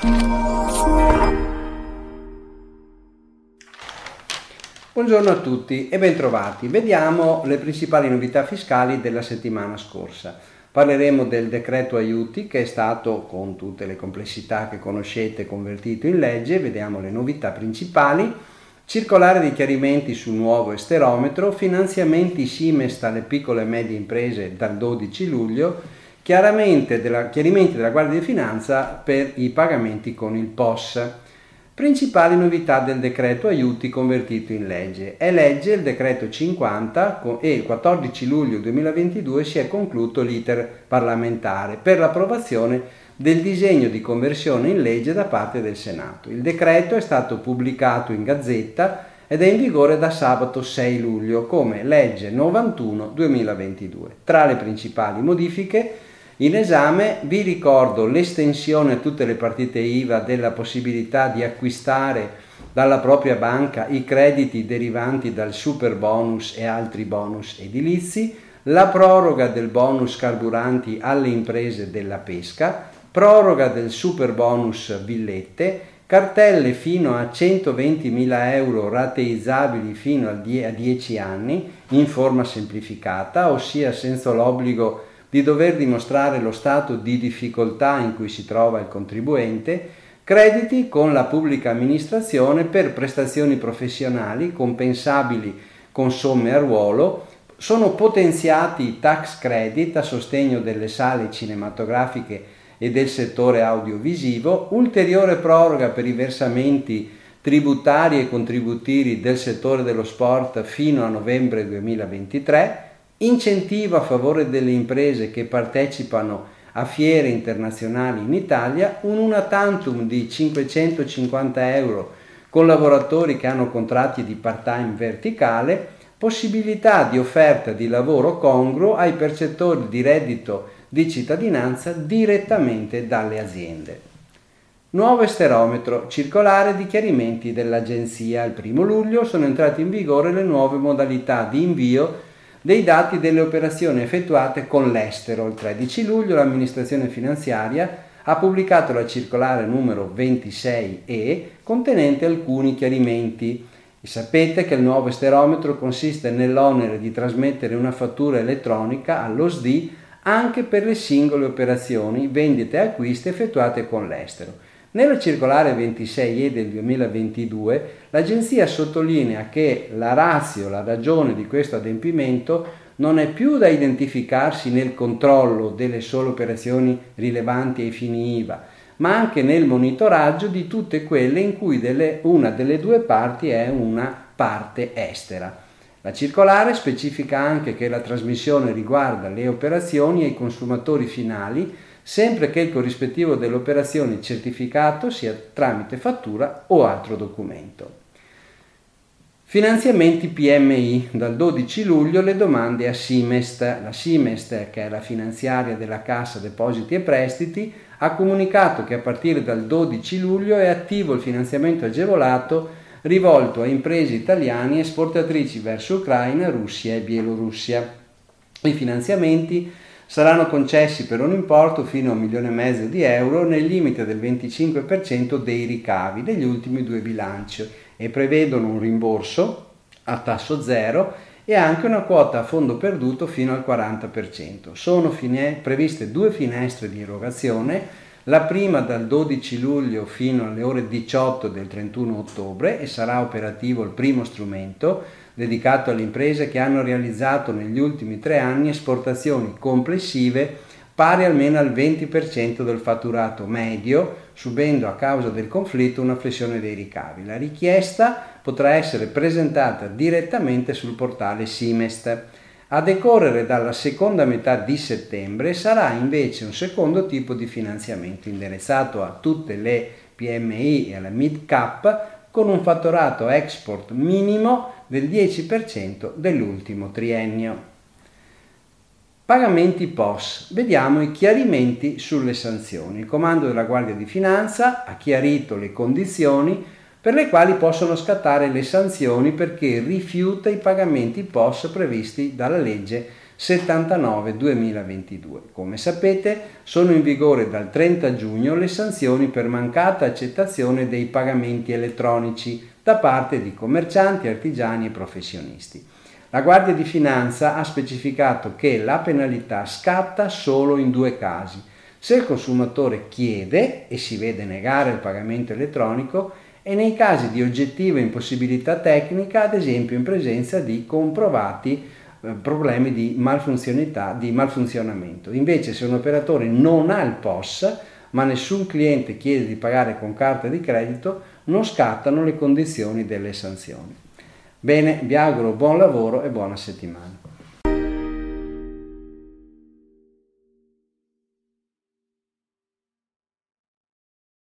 Buongiorno a tutti e bentrovati. Vediamo le principali novità fiscali della settimana scorsa. Parleremo del decreto aiuti che è stato, con tutte le complessità che conoscete, convertito in legge. Vediamo le novità principali. Circolare di chiarimenti sul nuovo esterometro, finanziamenti Simest alle piccole e medie imprese dal 12 luglio, chiarimenti della Guardia di Finanza per i pagamenti con il POS. Principali novità del decreto aiuti convertito in legge. È legge il decreto 50 e il 14 luglio 2022 si è concluso l'iter parlamentare per l'approvazione del disegno di conversione in legge da parte del Senato. Il decreto è stato pubblicato in Gazzetta ed è in vigore da sabato 6 luglio come legge 91/2022. Tra le principali modifiche in esame vi ricordo l'estensione a tutte le partite IVA della possibilità di acquistare dalla propria banca i crediti derivanti dal super bonus e altri bonus edilizi, la proroga del bonus carburanti alle imprese della pesca, proroga del super bonus villette, cartelle fino a 120.000 euro rateizzabili fino a 10 anni in forma semplificata, ossia senza l'obbligo di dover dimostrare lo stato di difficoltà in cui si trova il contribuente, crediti con la pubblica amministrazione per prestazioni professionali compensabili con somme a ruolo, sono potenziati i tax credit a sostegno delle sale cinematografiche e del settore audiovisivo, ulteriore proroga per i versamenti tributari e contributivi del settore dello sport fino a novembre 2023, incentivo a favore delle imprese che partecipano a fiere internazionali in Italia, un una tantum di 550 euro con lavoratori che hanno contratti di part-time verticale, possibilità di offerta di lavoro congruo ai percettori di reddito di cittadinanza direttamente dalle aziende. Nuovo esterometro, circolare di chiarimenti dell'Agenzia. Il 1 luglio sono entrate in vigore le nuove modalità di invio dei dati delle operazioni effettuate con l'estero. Il 13 luglio l'amministrazione finanziaria ha pubblicato la circolare numero 26E contenente alcuni chiarimenti. E sapete che il nuovo esterometro consiste nell'onere di trasmettere una fattura elettronica allo SDI anche per le singole operazioni, vendite e acquisti effettuate con l'estero. Nella circolare 26E del 2022 l'Agenzia sottolinea che la ragione di questo adempimento non è più da identificarsi nel controllo delle sole operazioni rilevanti ai fini IVA, ma anche nel monitoraggio di tutte quelle in cui una delle due parti è una parte estera. La circolare specifica anche che la trasmissione riguarda le operazioni ai consumatori finali, sempre che il corrispettivo dell'operazione certificato sia tramite fattura o altro documento. Finanziamenti PMI. Dal 12 luglio le domande a Simest. La Simest, che è la finanziaria della Cassa Depositi e Prestiti, ha comunicato che a partire dal 12 luglio è attivo il finanziamento agevolato rivolto a imprese italiane esportatrici verso Ucraina, Russia e Bielorussia. I finanziamenti saranno concessi per un importo fino a 1,5 milioni di euro nel limite del 25% dei ricavi degli ultimi 2 bilanci e prevedono un rimborso a tasso zero e anche una quota a fondo perduto fino al 40%. Sono previste 2 finestre di erogazione, la prima dal 12 luglio fino alle ore 18 del 31 ottobre e sarà operativo il primo strumento dedicato alle imprese che hanno realizzato negli ultimi 3 anni esportazioni complessive pari almeno al 20% del fatturato medio, subendo a causa del conflitto una flessione dei ricavi. La richiesta potrà essere presentata direttamente sul portale Simest. A decorrere dalla seconda metà di settembre sarà invece un secondo tipo di finanziamento indirizzato a tutte le PMI e alla mid-cap con un fatturato export minimo del 10% dell'ultimo triennio. Pagamenti POS. Vediamo i chiarimenti sulle sanzioni. Il comando della Guardia di Finanza ha chiarito le condizioni per le quali possono scattare le sanzioni per chi rifiuta i pagamenti POS previsti dalla legge 79/2022. Come sapete, sono in vigore dal 30 giugno le sanzioni per mancata accettazione dei pagamenti elettronici da parte di commercianti, artigiani e professionisti. La Guardia di Finanza ha specificato che la penalità scatta solo in 2 casi: se il consumatore chiede e si vede negare il pagamento elettronico, e nei casi di oggettiva impossibilità tecnica, ad esempio in presenza di comprovati problemi di malfunzionamento. Invece, se un operatore non ha il POS, ma nessun cliente chiede di pagare con carta di credito, non scattano le condizioni delle sanzioni. Bene, vi auguro buon lavoro e buona settimana.